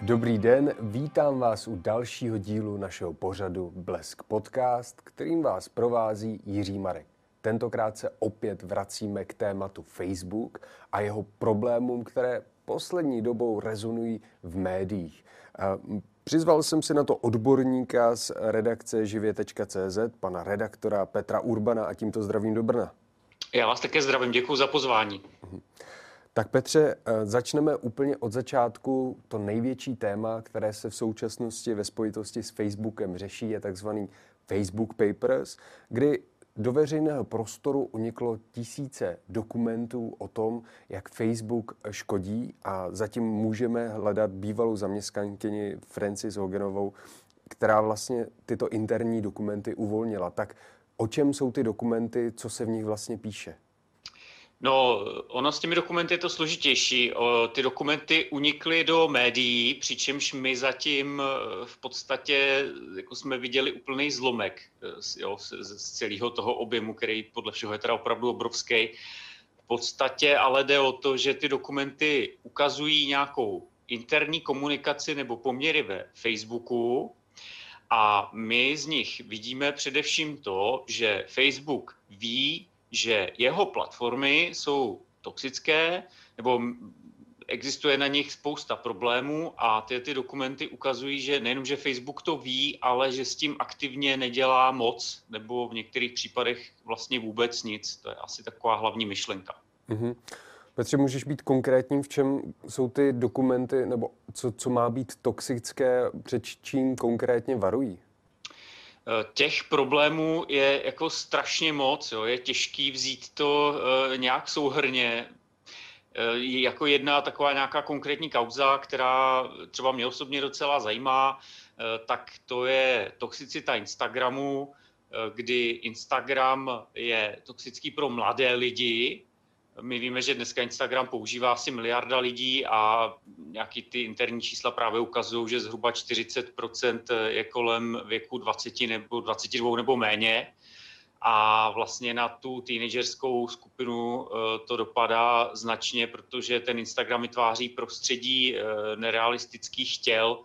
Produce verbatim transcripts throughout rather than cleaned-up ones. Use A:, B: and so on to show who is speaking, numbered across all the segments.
A: Dobrý den, vítám vás u dalšího dílu našeho pořadu Blesk Podcast, kterým vás provází Jiří Marek. Tentokrát se opět vracíme k tématu Facebook a jeho problémům, které poslední dobou rezonují v médiích. Přizval jsem si na to odborníka z redakce živě tečka cé zet, pana redaktora Petra Urbana, a tímto zdravím do Brna.
B: Já vás také zdravím, děkuji za pozvání.
A: Tak Petře, začneme úplně od začátku. To největší téma, které se v současnosti ve spojitosti s Facebookem řeší, je takzvaný Facebook Papers, kdy do veřejného prostoru uniklo tisíce dokumentů o tom, jak Facebook škodí, a zatím můžeme hledat bývalou zaměstnankyni Frances Hoganovou, která vlastně tyto interní dokumenty uvolnila. Tak o čem jsou ty dokumenty, co se v nich vlastně píše?
B: No, ono s těmi dokumenty je to složitější. O, ty dokumenty unikly do médií, přičemž my zatím v podstatě jako jsme viděli úplný zlomek jo, z, z celého toho objemu, který podle všeho je teda opravdu obrovský. V podstatě ale jde o to, že ty dokumenty ukazují nějakou interní komunikaci nebo poměry ve Facebooku, a my z nich vidíme především to, že Facebook ví, že jeho platformy jsou toxické, nebo existuje na nich spousta problémů, a ty, ty dokumenty ukazují, že nejenom, že Facebook to ví, ale že s tím aktivně nedělá moc, nebo v některých případech vlastně vůbec nic. To je asi taková hlavní myšlenka.
A: Mm-hmm. Petře, můžeš být konkrétním, v čem jsou ty dokumenty, nebo co, co má být toxické, před čím konkrétně varují?
B: Těch problémů je jako strašně moc, jo. Je těžký vzít to e, nějak souhrnně. E, jako jedna taková nějaká konkrétní kauza, která třeba mě osobně docela zajímá, e, tak to je toxicita Instagramu, e, kdy Instagram je toxický pro mladé lidi. My víme, že dneska Instagram používá asi miliarda lidí a nějaký ty interní čísla právě ukazují, že zhruba čtyřicet procent je kolem věku dvacet nebo dvacet dva nebo méně. A vlastně na tu teenagerskou skupinu to dopadá značně, protože ten Instagram vytváří prostředí nerealistických těl,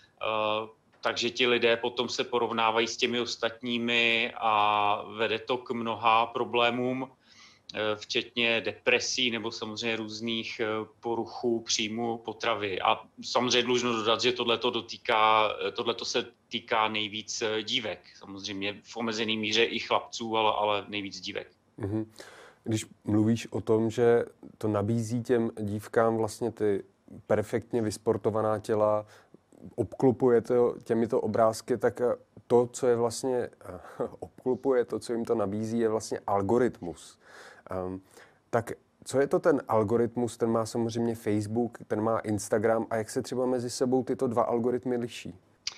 B: takže ti lidé potom se porovnávají s těmi ostatními a vede to k mnoha problémům, včetně depresí nebo samozřejmě různých poruchů příjmu potravy. A samozřejmě dlužno dodat, že tohleto dotýká, tohleto se týká nejvíc dívek. Samozřejmě v omezené míře i chlapců, ale, ale nejvíc dívek.
A: Mm-hmm. Když mluvíš o tom, že to nabízí těm dívkám vlastně ty perfektně vysportovaná těla, obklopuje to těmito obrázky, tak to, co je vlastně obklopuje, to, co jim to nabízí, je vlastně algoritmus. Um, tak co je to ten algoritmus? Ten má samozřejmě Facebook, ten má Instagram, a jak se třeba mezi sebou tyto dva algoritmy liší?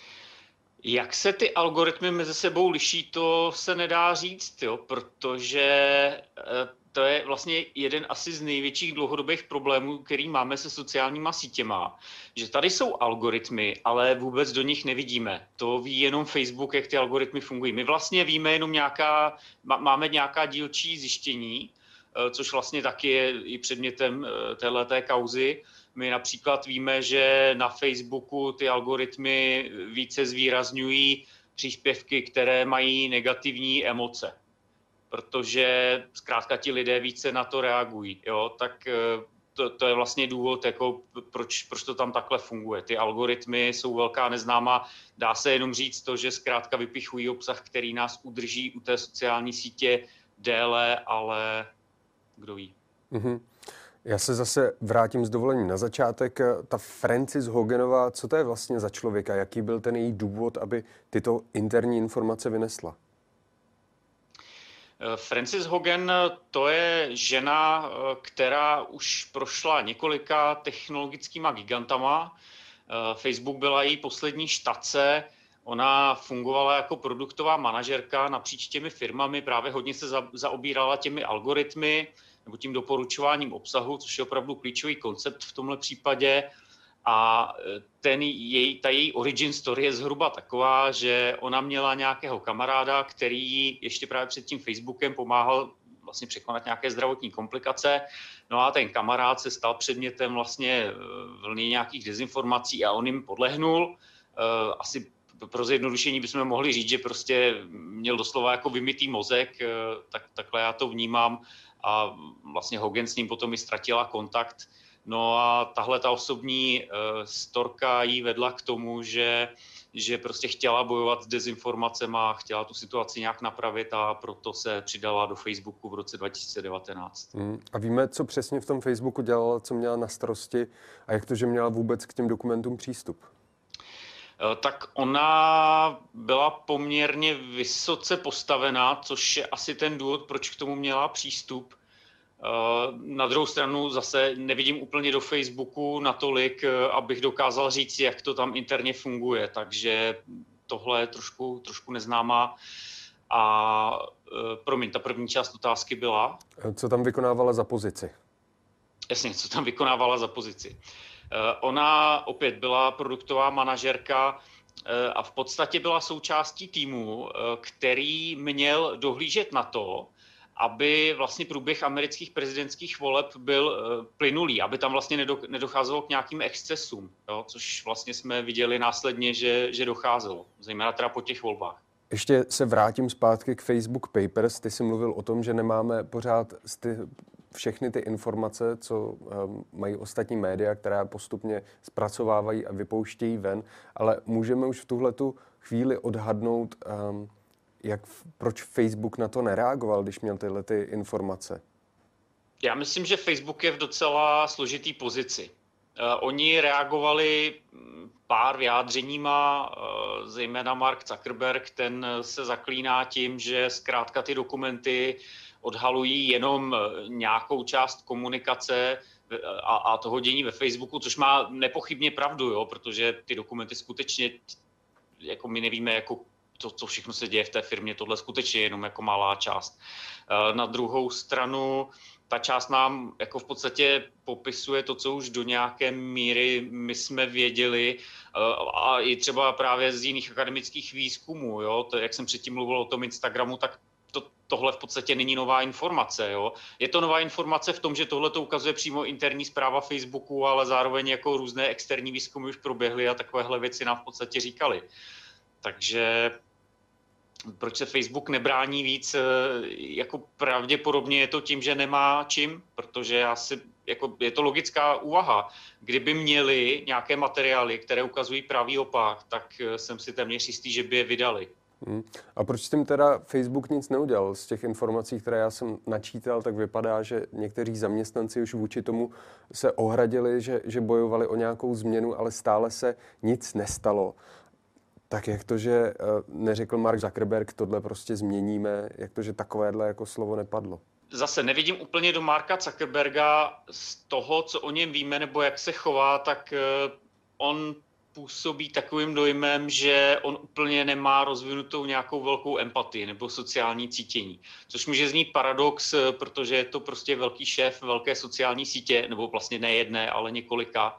B: Jak se ty algoritmy mezi sebou liší, to se nedá říct, jo, protože to je vlastně jeden asi z největších dlouhodobých problémů, který máme se sociálníma sítěma, že tady jsou algoritmy, ale vůbec do nich nevidíme. To ví jenom Facebook, jak ty algoritmy fungují. My vlastně víme jenom nějaká, máme nějaká dílčí zjištění, což vlastně taky je i předmětem téhleté kauzy. My například víme, že na Facebooku ty algoritmy více zvýrazňují příspěvky, které mají negativní emoce, protože zkrátka ti lidé více na to reagují. Jo? Tak to, to je vlastně důvod, jako proč, proč to tam takhle funguje. Ty algoritmy jsou velká neznámá. Dá se jenom říct to, že zkrátka vypichují obsah, který nás udrží u té sociální sítě déle, ale kdo ví.
A: Mm-hmm. Já se zase vrátím s dovolením na začátek. Ta Frances Hoganová, co to je vlastně za člověka? Jaký byl ten její důvod, aby tyto interní informace vynesla?
B: Frances Hogan, to je žena, která už prošla několika technologickýma gigantama. Facebook byla její poslední štace. Ona fungovala jako produktová manažerka napříč těmi firmami, právě hodně se za, zaobírala těmi algoritmy nebo tím doporučováním obsahu, což je opravdu klíčový koncept v tomhle případě. A ten její, ta její origin story je zhruba taková, že ona měla nějakého kamaráda, který jí ještě právě před tím Facebookem pomáhal vlastně překonat nějaké zdravotní komplikace. No a ten kamarád se stal předmětem vlastně vlny nějakých dezinformací a on jim podlehnul. Asi pro zjednodušení bychom mohli říct, že prostě měl doslova jako vymytý mozek, tak, takhle já to vnímám. A vlastně Hogan s ním potom i ztratila kontakt. No a tahle ta osobní uh, storka jí vedla k tomu, že, že prostě chtěla bojovat s dezinformacema, chtěla tu situaci nějak napravit a proto se přidala do Facebooku v roce dva tisíce devatenáct.
A: Hmm. A víme, co přesně v tom Facebooku dělala, co měla na starosti a jak to, že měla vůbec k těm dokumentům přístup?
B: Tak ona byla poměrně vysoce postavená, což je asi ten důvod, proč k tomu měla přístup. Na druhou stranu zase nevidím úplně do Facebooku natolik, abych dokázal říct, jak to tam interně funguje, takže tohle je trošku, trošku neznámá. A promiň, ta první část otázky byla?
A: Co tam vykonávala za pozici?
B: Jasně, co tam vykonávala za pozici. Ona opět byla produktová manažerka a v podstatě byla součástí týmu, který měl dohlížet na to, aby vlastně průběh amerických prezidentských voleb byl plynulý, aby tam vlastně nedocházelo k nějakým excesům, jo, což vlastně jsme viděli následně, že, že docházelo, zejména teda po těch volbách.
A: Ještě se vrátím zpátky k Facebook Papers. Ty jsi mluvil o tom, že nemáme pořád ty, všechny ty informace, co um, mají ostatní média, která postupně zpracovávají a vypouštějí ven, ale můžeme už v tuhletu chvíli odhadnout, um, jak, proč Facebook na to nereagoval, když měl tyhle ty informace?
B: Já myslím, že Facebook je v docela složitý pozici. Uh, oni reagovali pár vyjádřeníma, uh, zejména Mark Zuckerberg, ten se zaklíná tím, že zkrátka ty dokumenty odhalují jenom nějakou část komunikace a, a toho dění ve Facebooku, což má nepochybně pravdu, jo, protože ty dokumenty skutečně, jako my nevíme, jako to, co všechno se děje v té firmě, tohle skutečně je jenom jako malá část. Na druhou stranu, ta část nám jako v podstatě popisuje to, co už do nějaké míry my jsme věděli a i třeba právě z jiných akademických výzkumů, jo, to, jak jsem předtím mluvil o tom Instagramu, tak to, tohle v podstatě není nová informace. Jo. Je to nová informace v tom, že tohle to ukazuje přímo interní zpráva Facebooku, ale zároveň jako různé externí výzkumy už proběhly a takovéhle věci nám v podstatě říkali. Takže proč se Facebook nebrání víc, jako pravděpodobně je to tím, že nemá čím, protože asi, jako, je to logická úvaha. Kdyby měli nějaké materiály, které ukazují pravý opak, tak jsem si téměř jistý, že by je vydali.
A: Hmm. A proč s tím teda Facebook nic neudělal? Z těch informací, které já jsem načítal, tak vypadá, že někteří zaměstnanci už vůči tomu se ohradili, že, že bojovali o nějakou změnu, ale stále se nic nestalo. Tak jak to, že neřekl Mark Zuckerberg, tohle prostě změníme, jak to, že takovéhle jako slovo nepadlo?
B: Zase nevidím úplně do Marka Zuckerberga z toho, co o něm víme, nebo jak se chová, tak on působí takovým dojmem, že on úplně nemá rozvinutou nějakou velkou empatii nebo sociální cítění. Což může znít paradox, protože je to prostě velký šéf velké sociální sítě, nebo vlastně ne jedné, ale několika.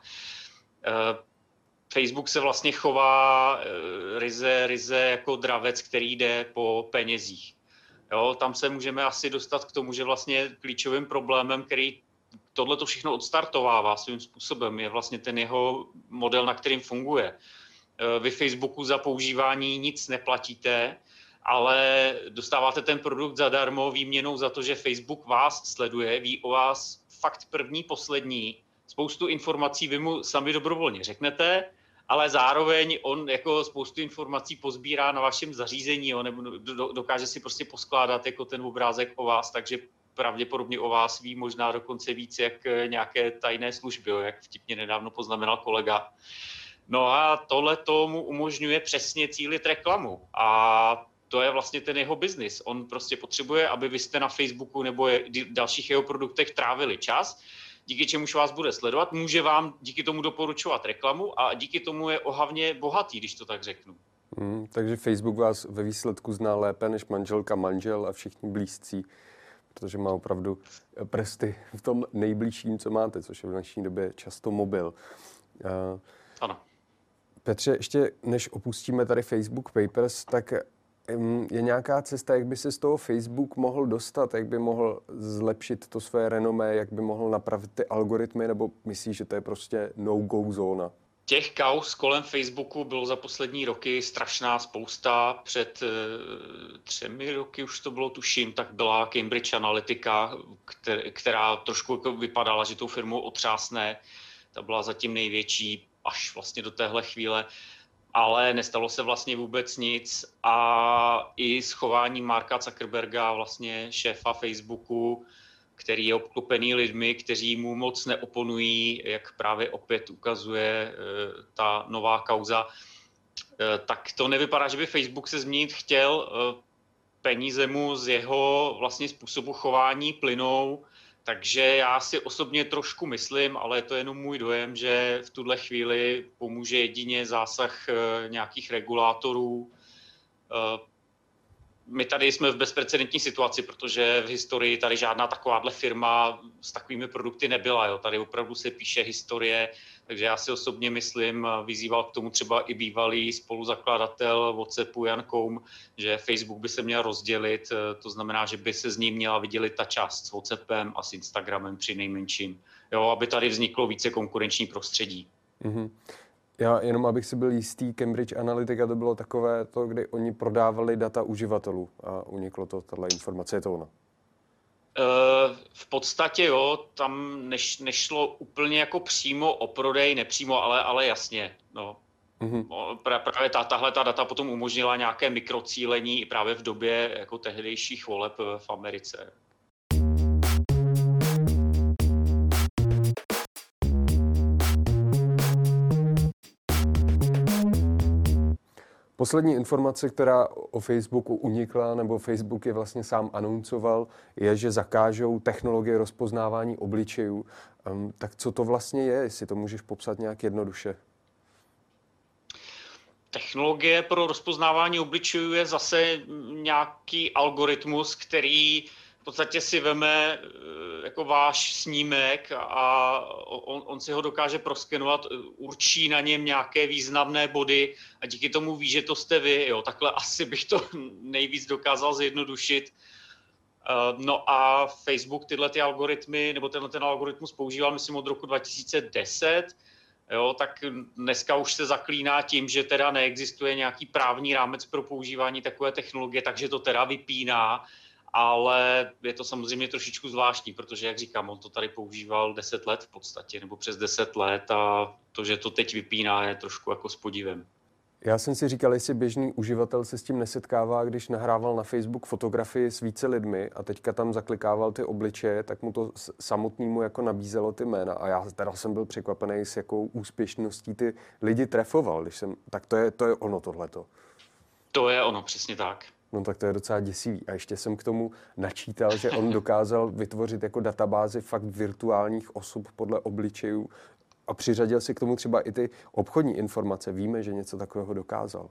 B: Facebook se vlastně chová ryze, ryze jako dravec, který jde po penězích. Jo, tam se můžeme asi dostat k tomu, že vlastně klíčovým problémem, který tohle to všechno odstartovává svým způsobem, je vlastně ten jeho model, na kterým funguje. Vy Facebooku za používání nic neplatíte, ale dostáváte ten produkt zadarmo výměnou za to, že Facebook vás sleduje, ví o vás fakt první, poslední. Spoustu informací vy mu sami dobrovolně řeknete, ale zároveň on jako spoustu informací pozbírá na vašem zařízení, jo, nebo dokáže si prostě poskládat jako ten obrázek o vás, takže pravděpodobně o vás ví možná dokonce víc jak nějaké tajné služby, jo, jak vtipně nedávno poznamenal kolega. No a tohle tomu umožňuje přesně cílit reklamu a to je vlastně ten jeho biznis. On prostě potřebuje, aby vy jste na Facebooku nebo dalších jeho produktech trávili čas, díky čemuž vás bude sledovat, může vám díky tomu doporučovat reklamu a díky tomu je ohavně bohatý, když to tak řeknu.
A: Hmm, takže Facebook vás ve výsledku zná lépe než manželka, manžel a všichni blízcí, protože má opravdu prsty v tom nejbližším, co máte, což je v dnešní době často mobil.
B: Ano.
A: Petře, ještě než opustíme tady Facebook Papers, tak Je nějaká cesta, jak by se z toho Facebook mohl dostat, jak by mohl zlepšit to své renomé, jak by mohl napravit ty algoritmy, nebo myslíš, že to je prostě no-go zóna?
B: Těch kauz kolem Facebooku bylo za poslední roky strašná spousta. Před e, třemi roky už to bylo, tuším, tak byla Cambridge Analytica, kter, která trošku jako vypadala, že tou firmou otřásne. Ta byla zatím největší až vlastně do téhle chvíle. Ale nestalo se vlastně vůbec nic a i schování Marka Zuckerberga, vlastně šéfa Facebooku, který je obklopený lidmi, kteří mu moc neoponují, jak právě opět ukazuje ta nová kauza, tak to nevypadá, že by Facebook se změnit chtěl. Peníze mu z jeho vlastně způsobu chování plynou, takže já si osobně trošku myslím, ale je to jenom můj dojem, že v tuhle chvíli pomůže jedině zásah nějakých regulátorů. My tady jsme v bezprecedentní situaci, protože v historii tady žádná takováhle firma s takovými produkty nebyla. Jo. Tady opravdu se píše historie, takže já si osobně myslím, vyzýval k tomu třeba i bývalý spoluzakladatel WhatsAppu Jan Koum, že Facebook by se měl rozdělit, to znamená, že by se z ní měla vydělit ta část s WhatsAppem a s Instagramem při nejmenším, jo, aby tady vzniklo více konkurenční prostředí.
A: Mm-hmm. Já jenom abych si byl jistý, Cambridge Analytica to bylo takové to, kdy oni prodávali data uživatelů a uniklo to, tato informace, je to ono.
B: V podstatě jo, tam neš, nešlo úplně jako přímo o prodej, nepřímo, ale, ale jasně. No. Mm-hmm. Právě ta, tahle ta data potom umožnila nějaké mikrocílení i právě v době jako tehdejších voleb v Americe.
A: Poslední informace, která o Facebooku unikla, nebo Facebook je vlastně sám anoncoval, je, že zakážou technologie rozpoznávání obličejů. Um, tak co to vlastně je, jestli to můžeš popsat nějak jednoduše?
B: Technologie pro rozpoznávání obličejů je zase nějaký algoritmus, který v podstatě si veme jako váš snímek a on, on si ho dokáže proskenovat, určí na něm nějaké významné body a díky tomu ví, že to jste vy. Jo. Takhle asi bych to nejvíc dokázal zjednodušit. No a Facebook tyhle ty algoritmy, nebo tenhle ten algoritmus používal, myslím, od roku dva tisíce deset. Jo, tak dneska už se zaklíná tím, že teda neexistuje nějaký právní rámec pro používání takové technologie, takže to teda vypíná, ale je to samozřejmě trošičku zvláštní, protože, jak říkám, on to tady používal deset let v podstatě, nebo přes deset let a to, že to teď vypíná, je trošku jako s podivem.
A: Já jsem si říkal, jestli běžný uživatel se s tím nesetkává, když nahrával na Facebook fotografii s více lidmi a teďka tam zaklikával ty obličeje, tak mu to samotnému jako nabízelo ty jména. A já teda jsem byl překvapený, s jakou úspěšností ty lidi trefoval. Když jsem, tak to je, to je ono tohleto.
B: To je ono, přesně tak.
A: No tak to je docela děsivý. A ještě jsem k tomu načítal, že on dokázal vytvořit jako databázi fakt virtuálních osob podle obličejů a přiřadil si k tomu třeba i ty obchodní informace. Víme, že něco takového dokázal.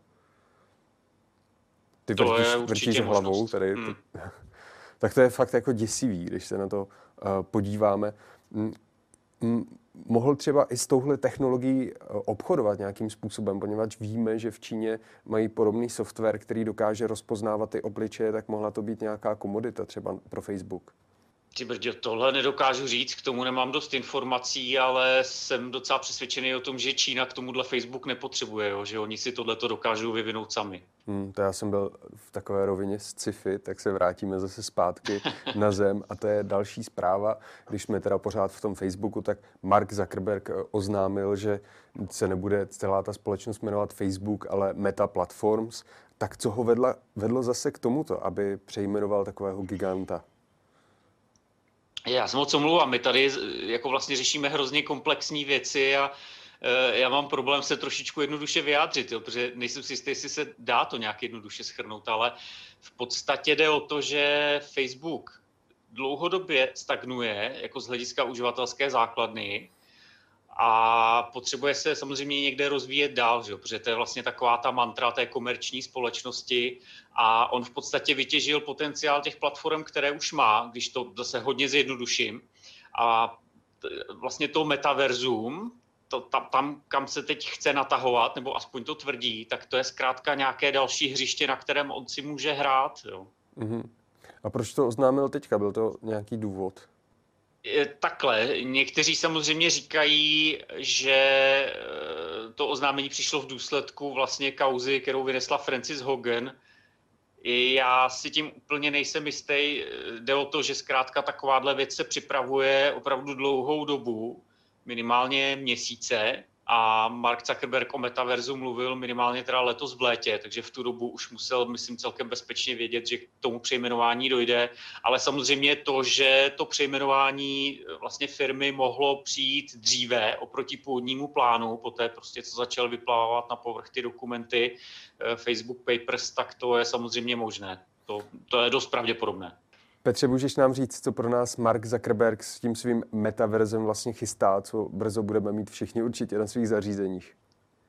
A: Ty
B: to
A: vrtíš,
B: je
A: vrtíš hlavou tady. Hmm. To, tak to je fakt jako děsivý, když se na to uh, podíváme. Mm, mm, mohl třeba i s touhle technologií obchodovat nějakým způsobem, poněvadž víme, že v Číně mají podobný software, který dokáže rozpoznávat ty obličeje, tak mohla to být nějaká komodita třeba pro Facebook.
B: Ty brdě, tohle nedokážu říct, k tomu nemám dost informací, ale jsem docela přesvědčený o tom, že Čína k tomuhle Facebook nepotřebuje, jo? Že oni si tohleto dokážou vyvinout sami.
A: Hmm, to já jsem byl v takové rovině sci-fi, tak se vrátíme zase zpátky na zem a to je další zpráva. Když jsme teda pořád v tom Facebooku, tak Mark Zuckerberg oznámil, že se nebude celá ta společnost jmenovat Facebook, ale Meta Platforms. Tak co ho vedla, vedlo zase k tomuto, aby přejmenoval takového giganta?
B: Já se moc omlouvám, my tady jako vlastně řešíme hrozně komplexní věci a e, já mám problém se trošičku jednoduše vyjádřit, jo, protože nejsem si jistý, jestli se dá to nějak jednoduše shrnout, ale v podstatě jde o to, že Facebook dlouhodobě stagnuje jako z hlediska uživatelské základny a potřebuje se samozřejmě někde rozvíjet dál, že? Protože to je vlastně taková ta mantra té komerční společnosti a on v podstatě vytěžil potenciál těch platform, které už má, když to zase hodně zjednoduším. A vlastně to metaverzum to, tam, tam, kam se teď chce natahovat, nebo aspoň to tvrdí, tak to je zkrátka nějaké další hřiště, na kterém on si může hrát. Jo.
A: Mm-hmm. A proč to oznámil teďka? Byl to nějaký důvod?
B: Takhle, někteří samozřejmě říkají, že to oznámení přišlo v důsledku vlastně kauzy, kterou vynesla Frances Hogan. Já si tím úplně nejsem jistý. Jde o to, že zkrátka takováhle věc se připravuje opravdu dlouhou dobu, minimálně měsíce, a Mark Zuckerberg o metaverzu mluvil minimálně teda letos v létě, takže v tu dobu už musel, myslím, celkem bezpečně vědět, že k tomu přejmenování dojde, ale samozřejmě to, že to přejmenování vlastně firmy mohlo přijít dříve oproti původnímu plánu, poté prostě co začal vyplávat na povrch ty dokumenty Facebook Papers, tak to je samozřejmě možné. To, to je dost pravděpodobné.
A: Petře, můžeš nám říct, co pro nás Mark Zuckerberg s tím svým metaverzem vlastně chystá, co brzo budeme mít všichni určitě na svých zařízeních?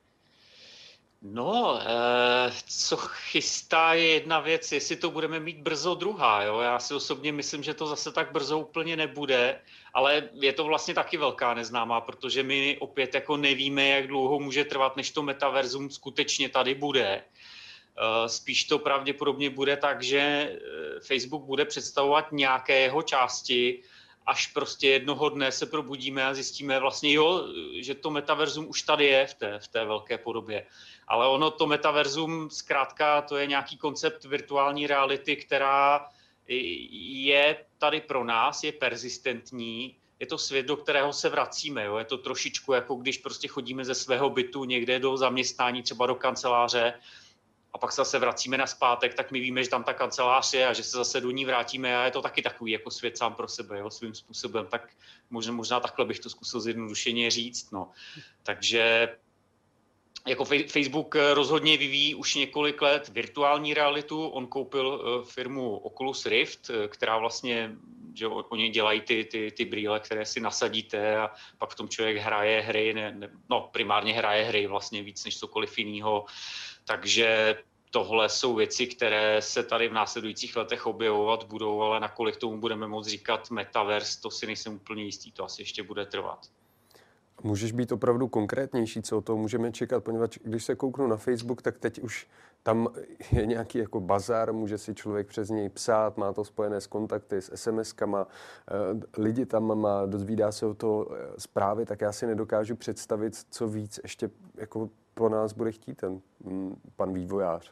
B: No, eh, co chystá je jedna věc, jestli to budeme mít brzo druhá. Jo? Já si osobně myslím, že to zase tak brzo úplně nebude, ale je to vlastně taky velká neznámá, protože my opět jako nevíme, jak dlouho může trvat, než to metaverzum skutečně tady bude. Spíš to pravděpodobně bude tak, že Facebook bude představovat nějaké jeho části, až prostě jednoho dne se probudíme a zjistíme vlastně, jo, že to metaverzum už tady je v té, v té velké podobě. Ale ono to metaverzum zkrátka, to je nějaký koncept virtuální reality, která je tady pro nás, je persistentní, je to svět, do kterého se vracíme. Jo? Je to trošičku jako když prostě chodíme ze svého bytu někde do zaměstnání, třeba do kanceláře, a pak se zase vracíme nazpátek, tak my víme, že tam ta kancelář je a že se zase do ní vrátíme a je to taky takový jako svět sám pro sebe, jo, svým způsobem. Tak možná, možná takhle bych to zkusil zjednodušeně říct. No. Takže jako Facebook rozhodně vyvíjí už několik let virtuální realitu. On koupil firmu Oculus Rift, která vlastně, že oni dělají ty, ty, ty brýle, které si nasadíte a pak v tom člověk hraje hry, ne, ne, no primárně hraje hry vlastně víc než cokoliv jiného. Takže tohle jsou věci, které se tady v následujících letech objevovat budou, ale nakolik tomu budeme moct říkat metaverse, to si nejsem úplně jistý, to asi ještě bude trvat.
A: Můžeš být opravdu konkrétnější, co o toho můžeme čekat, poněvadž když se kouknu na Facebook, tak teď už tam je nějaký jako bazar, může si člověk přes něj psát, má to spojené s kontakty, s es em eskama, lidi tam má, dozvídá se o to zprávy, tak já si nedokážu představit, co víc ještě jako po nás bude chtít ten pan vývojář.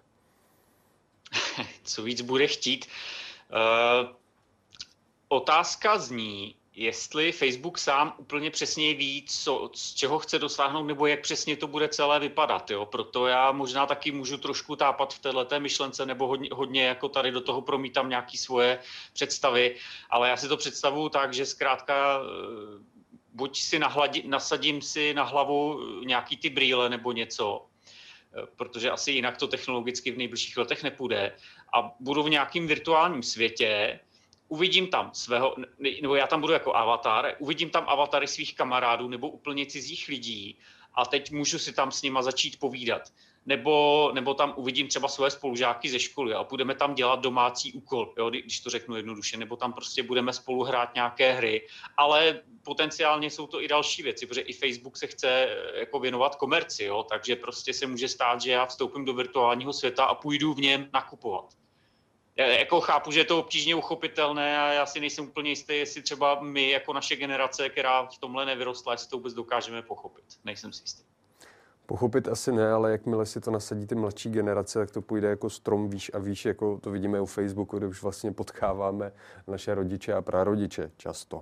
B: Co víc bude chtít? Uh, otázka zní, jestli Facebook sám úplně přesně ví, co, z čeho chce dosáhnout, nebo jak přesně to bude celé vypadat. Jo? Proto já možná taky můžu trošku tápat v téhleté myšlence, nebo hodně, hodně jako tady do toho promítám nějaké svoje představy, ale já si to představuju tak, že zkrátka buď si nahladí, nasadím si na hlavu nějaký ty brýle nebo něco, protože asi jinak to technologicky v nejbližších letech nepůjde, a budu v nějakém virtuálním světě, uvidím tam svého, nebo já tam budu jako avatar, uvidím tam avatary svých kamarádů nebo úplně cizích lidí a teď můžu si tam s nima začít povídat. Nebo, nebo tam uvidím třeba svoje spolužáky ze školy a budeme tam dělat domácí úkol, jo, když to řeknu jednoduše, nebo tam prostě budeme spolu hrát nějaké hry, ale potenciálně jsou to i další věci, protože i Facebook se chce jako věnovat komerci, jo, takže prostě se může stát, že já vstoupím do virtuálního světa a půjdu v něm nakupovat. Já jako chápu, že je to obtížně uchopitelné a já si nejsem úplně jistý, jestli třeba my jako naše generace, která v tomhle nevyrostla, jestli to vůbec dokážeme pochopit. Nejsem si jistý.
A: Pochopit asi ne, ale jakmile si to nasadí ty mladší generace, tak to půjde jako strom výš a výš, jako to vidíme u Facebooku, kde už vlastně potkáváme naše rodiče a prarodiče často.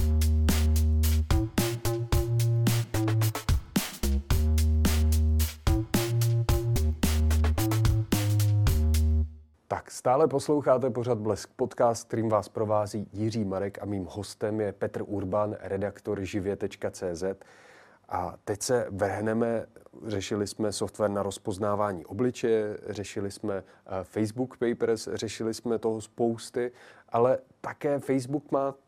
A: Tak, stále posloucháte pořad Blesk podcast, kterým vás provází Jiří Marek a mým hostem je Petr Urban, redaktor živě tečka cé zet. A teď se vrhneme, řešili jsme software na rozpoznávání obličeje, řešili jsme Facebook Papers, řešili jsme toho spousty, ale také Facebook má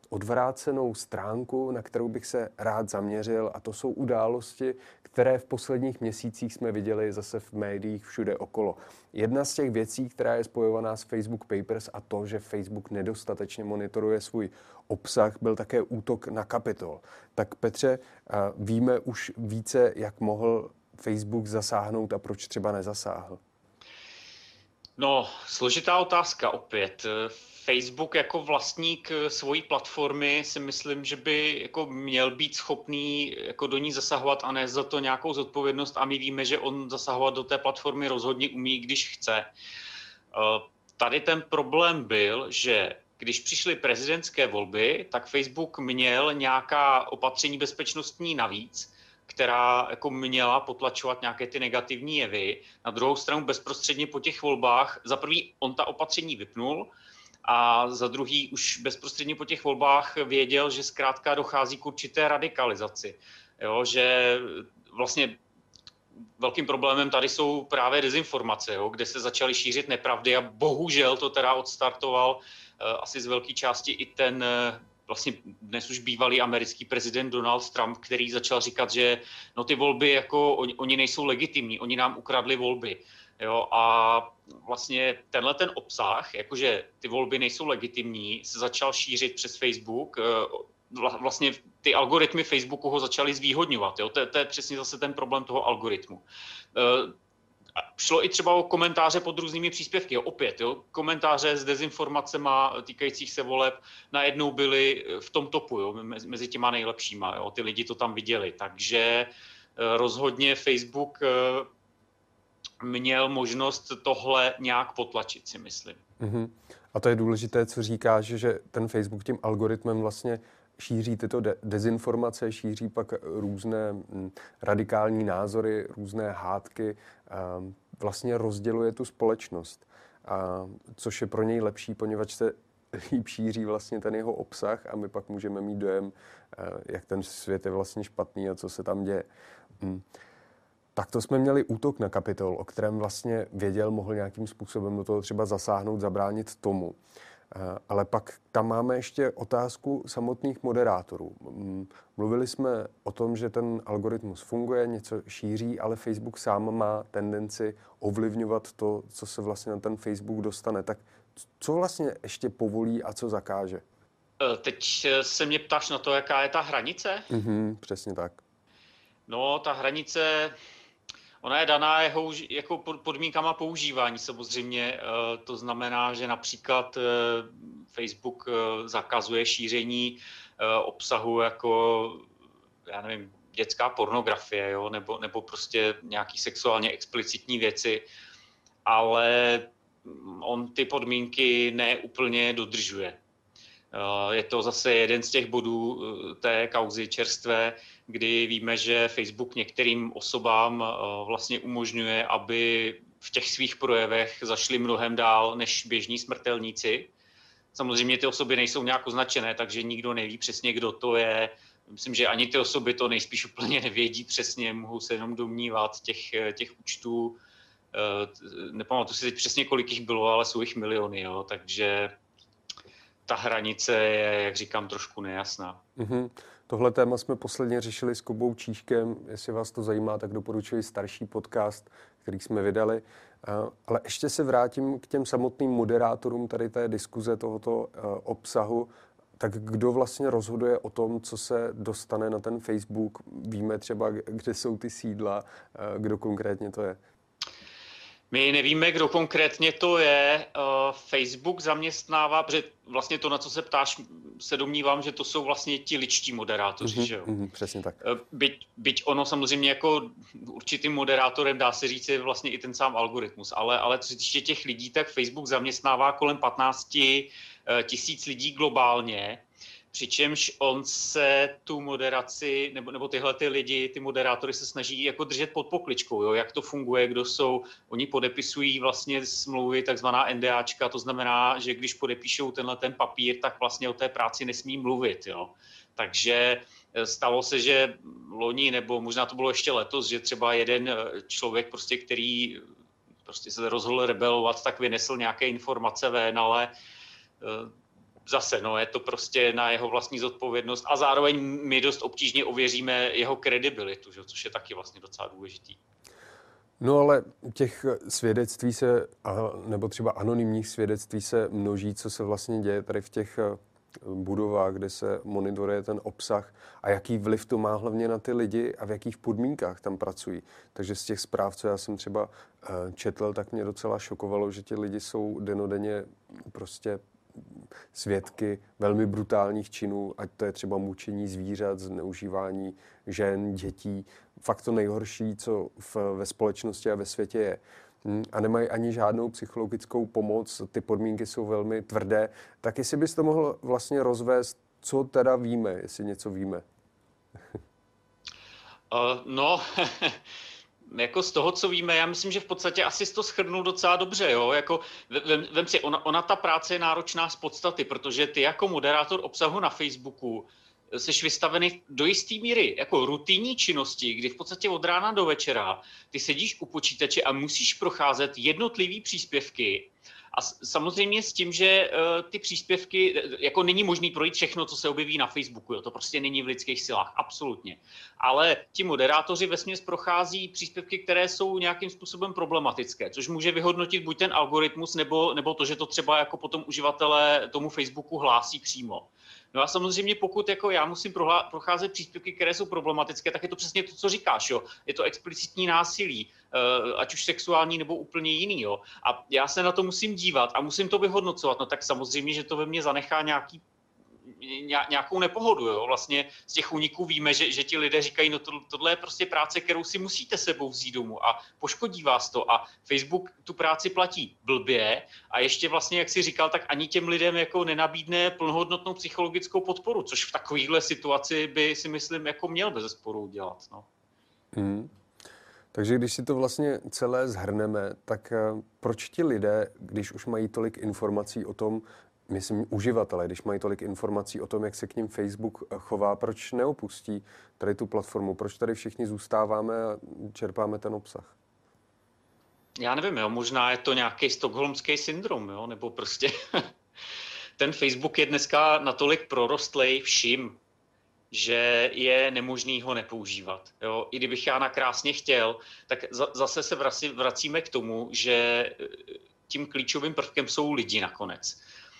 A: odvrácenou stránku, na kterou bych se rád zaměřil, a to jsou události, které v posledních měsících jsme viděli zase v médiích všude okolo. Jedna z těch věcí, která je spojovaná s Facebook Papers a to, že Facebook nedostatečně monitoruje svůj obsah, byl také útok na Kapitol. Tak Petře, víme už více, jak mohl Facebook zasáhnout a proč třeba nezasáhl?
B: No, složitá otázka opět. Facebook jako vlastník svojí platformy si myslím, že by jako měl být schopný jako do ní zasahovat a ne za to nějakou zodpovědnost, a my víme, že on zasahovat do té platformy rozhodně umí, když chce. Tady ten problém byl, že když přišly prezidentské volby, tak Facebook měl nějaká opatření bezpečnostní navíc, která jako měla potlačovat nějaké ty negativní jevy. Na druhou stranu bezprostředně po těch volbách, za prvý on ta opatření vypnul a za druhý už bezprostředně po těch volbách věděl, že zkrátka dochází k určité radikalizaci. Jo, že vlastně velkým problémem tady jsou právě dezinformace, jo, kde se začaly šířit nepravdy a bohužel to teda odstartoval uh, asi z velké části i ten uh, vlastně dnes už bývalý americký prezident Donald Trump, který začal říkat, že no ty volby jako oni, oni nejsou legitimní, oni nám ukradli volby. Jo, a vlastně tenhle ten obsah, jakože ty volby nejsou legitimní, se začal šířit přes Facebook. Vlastně ty algoritmy Facebooku ho začaly zvýhodňovat. Jo? To, to je přesně zase ten problém toho algoritmu. Šlo i třeba o komentáře pod různými příspěvky. Jo? Opět, jo? Komentáře s dezinformacema týkajících se voleb najednou byly v tom topu, jo? Mezi těma nejlepšíma. Jo? Ty lidi to tam viděli. Takže rozhodně Facebook měl možnost tohle nějak potlačit, si myslím.
A: Mm-hmm. A to je důležité, co říkáš, že ten Facebook tím algoritmem vlastně šíří tyto de- dezinformace, šíří pak různé m, radikální názory, různé hádky, a vlastně rozděluje tu společnost, a což je pro něj lepší, poněvadž se líp šíří vlastně ten jeho obsah a my pak můžeme mít dojem, jak ten svět je vlastně špatný a co se tam děje. Mm. Tak to jsme měli útok na Kapitol, o kterém vlastně věděl, mohl nějakým způsobem do toho třeba zasáhnout, zabránit tomu. Ale pak tam máme ještě otázku samotných moderátorů. Mluvili jsme o tom, že ten algoritmus funguje, něco šíří, ale Facebook sám má tendenci ovlivňovat to, co se vlastně na ten Facebook dostane. Tak co vlastně ještě povolí a co zakáže?
B: Teď se mě ptáš na to, jaká je ta hranice?
A: Mhm, přesně tak.
B: No, ta hranice, ona je daná jeho, jako podmínkama používání samozřejmě. To znamená, že například Facebook zakazuje šíření obsahu jako, já nevím, dětská pornografie, jo? Nebo, nebo prostě nějaký sexuálně explicitní věci, ale on ty podmínky neúplně dodržuje. Je to zase jeden z těch bodů té kauzy čerstvé, kdy víme, že Facebook některým osobám vlastně umožňuje, aby v těch svých projevech zašli mnohem dál než běžní smrtelníci. Samozřejmě ty osoby nejsou nějak označené, takže nikdo neví přesně, kdo to je. Myslím, že ani ty osoby to nejspíš úplně nevědí přesně, mohou se jenom domnívat těch, těch účtů. Nepamatuji si teď přesně, kolik jich bylo, ale jsou jich miliony, jo, takže ta hranice je, jak říkám, trošku nejasná.
A: Mm-hmm. Tohle téma jsme posledně řešili s Kubou Číškem. Jestli vás to zajímá, tak doporučuji starší podcast, který jsme vydali. Ale ještě se vrátím k těm samotným moderátorům tady té diskuze tohoto obsahu. Tak kdo vlastně rozhoduje o tom, co se dostane na ten Facebook? Víme třeba, kde jsou ty sídla, kdo konkrétně to je?
B: My nevíme, kdo konkrétně to je. Facebook zaměstnává, protože vlastně to, na co se ptáš, se domnívám, že to jsou vlastně ti ličtí moderátoři, mm-hmm, že jo?
A: Mm-hmm, přesně tak.
B: Byť, byť ono samozřejmě jako určitým moderátorem dá se říct je vlastně i ten sám algoritmus, ale, ale co se týče těch lidí, tak Facebook zaměstnává kolem patnáct tisíc lidí globálně, přičemž on se tu moderaci, nebo, nebo tyhle ty lidi, ty moderátory se snaží jako držet pod pokličkou, jo? Jak to funguje, kdo jsou. Oni podepisují vlastně smlouvy, takzvaná NDAčka, to znamená, že když podepíšou tenhle ten papír, tak vlastně o té práci nesmí mluvit. Jo? Takže stalo se, že loni, nebo možná to bylo ještě letos, že třeba jeden člověk, prostě, který prostě se rozhodl rebelovat, tak vynesl nějaké informace ven, ale zase, no, je to prostě na jeho vlastní zodpovědnost a zároveň my dost obtížně ověříme jeho kredibilitu, že? Což je taky vlastně docela důležitý.
A: No ale těch svědectví se, nebo třeba anonymních svědectví se množí, co se vlastně děje tady v těch budovách, kde se monitoruje ten obsah a jaký vliv to má hlavně na ty lidi a v jakých podmínkách tam pracují. Takže z těch zpráv, co já jsem třeba četl, tak mě docela šokovalo, že ti lidi jsou dennodenně prostě svědky velmi brutálních činů, ať to je třeba mučení zvířat, zneužívání žen, dětí. Fakt to nejhorší, co v, ve společnosti a ve světě je. A nemají ani žádnou psychologickou pomoc, ty podmínky jsou velmi tvrdé. Tak jestli bys to mohl vlastně rozvést, co teda víme, jestli něco víme?
B: Uh, no... Jako z toho, co víme, já myslím, že v podstatě asi to shrnul docela dobře, jo, jako vem, vem si, ona, ona ta práce je náročná z podstaty, protože ty jako moderátor obsahu na Facebooku seš vystavený do jisté míry jako rutinní činnosti, kdy v podstatě od rána do večera ty sedíš u počítače a musíš procházet jednotlivý příspěvky. A samozřejmě s tím, že uh, ty příspěvky, jako není možný projít všechno, co se objeví na Facebooku, jo, to prostě není v lidských silách, absolutně. Ale ti moderátoři vesměs prochází příspěvky, které jsou nějakým způsobem problematické, což může vyhodnotit buď ten algoritmus, nebo, nebo to, že to třeba jako potom uživatelé tomu Facebooku hlásí přímo. No a samozřejmě pokud jako já musím procházet příspěvky, které jsou problematické, tak je to přesně to, co říkáš. Jo. Je to explicitní násilí, ať už sexuální nebo úplně jiný. Jo. A já se na to musím dívat a musím to vyhodnocovat. No tak samozřejmě, že to ve mně zanechá nějaký, nějakou nepohodu. Jo. Vlastně z těch úniků víme, že, že ti lidé říkají, no to, tohle je prostě práce, kterou si musíte sebou vzít domů a poškodí vás to. A Facebook tu práci platí blbě a ještě vlastně, jak jsi říkal, tak ani těm lidem jako nenabídne plnohodnotnou psychologickou podporu, což v takovéhle situaci by si myslím jako měl bezesporu udělat. No.
A: Hmm. Takže když si to vlastně celé shrneme, tak proč ti lidé, když už mají tolik informací o tom, myslím, uživatelé, když mají tolik informací o tom, jak se k nim Facebook chová, proč neopustí tady tu platformu? Proč tady všichni zůstáváme a čerpáme ten obsah?
B: Já nevím, jo, možná je to nějaký stockholmský syndrom, jo, nebo prostě ten Facebook je dneska natolik prorostlej vším, že je nemožný ho nepoužívat. Jo. I kdybych já nakrásně chtěl, tak zase se vracíme k tomu, že tím klíčovým prvkem jsou lidi nakonec.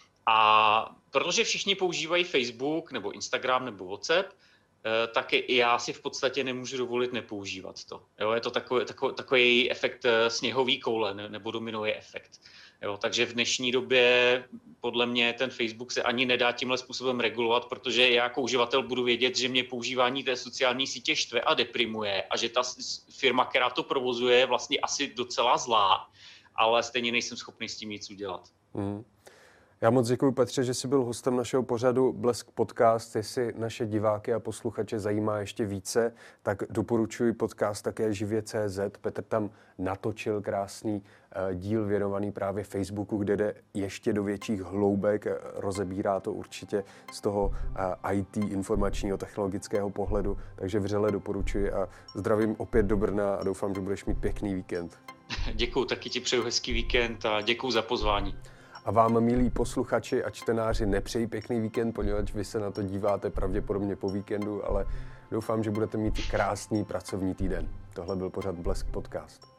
B: A protože všichni používají Facebook nebo Instagram nebo WhatsApp, tak i já si v podstatě nemůžu dovolit nepoužívat to. Jo, je to takový, takový, takový efekt sněhový koule nebo dominový efekt. Jo, takže v dnešní době podle mě ten Facebook se ani nedá tímhle způsobem regulovat, protože já jako uživatel budu vědět, že mě používání té sociální sítě štve a deprimuje a že ta firma, která to provozuje, je vlastně asi docela zlá, ale stejně nejsem schopný s tím nic udělat.
A: Mm. Já moc děkuji, Petře, že jsi byl hostem našeho pořadu Blesk Podcast. Jestli naše diváky a posluchače zajímá ještě více, tak doporučuji podcast také živě tečka cé zet. Petr tam natočil krásný díl věnovaný právě Facebooku, kde jde ještě do větších hloubek, rozebírá to určitě z toho í té, informačního, technologického pohledu, takže vřele doporučuji a zdravím opět do Brna a doufám, že budeš mít pěkný víkend.
B: Děkuju, taky ti přeju hezký víkend a děkuju za pozvání.
A: A vám, milí posluchači a čtenáři, nepřeji pěkný víkend, poněvadž vy se na to díváte pravděpodobně po víkendu, ale doufám, že budete mít krásný pracovní týden. Tohle byl pořad Blesk Podcast.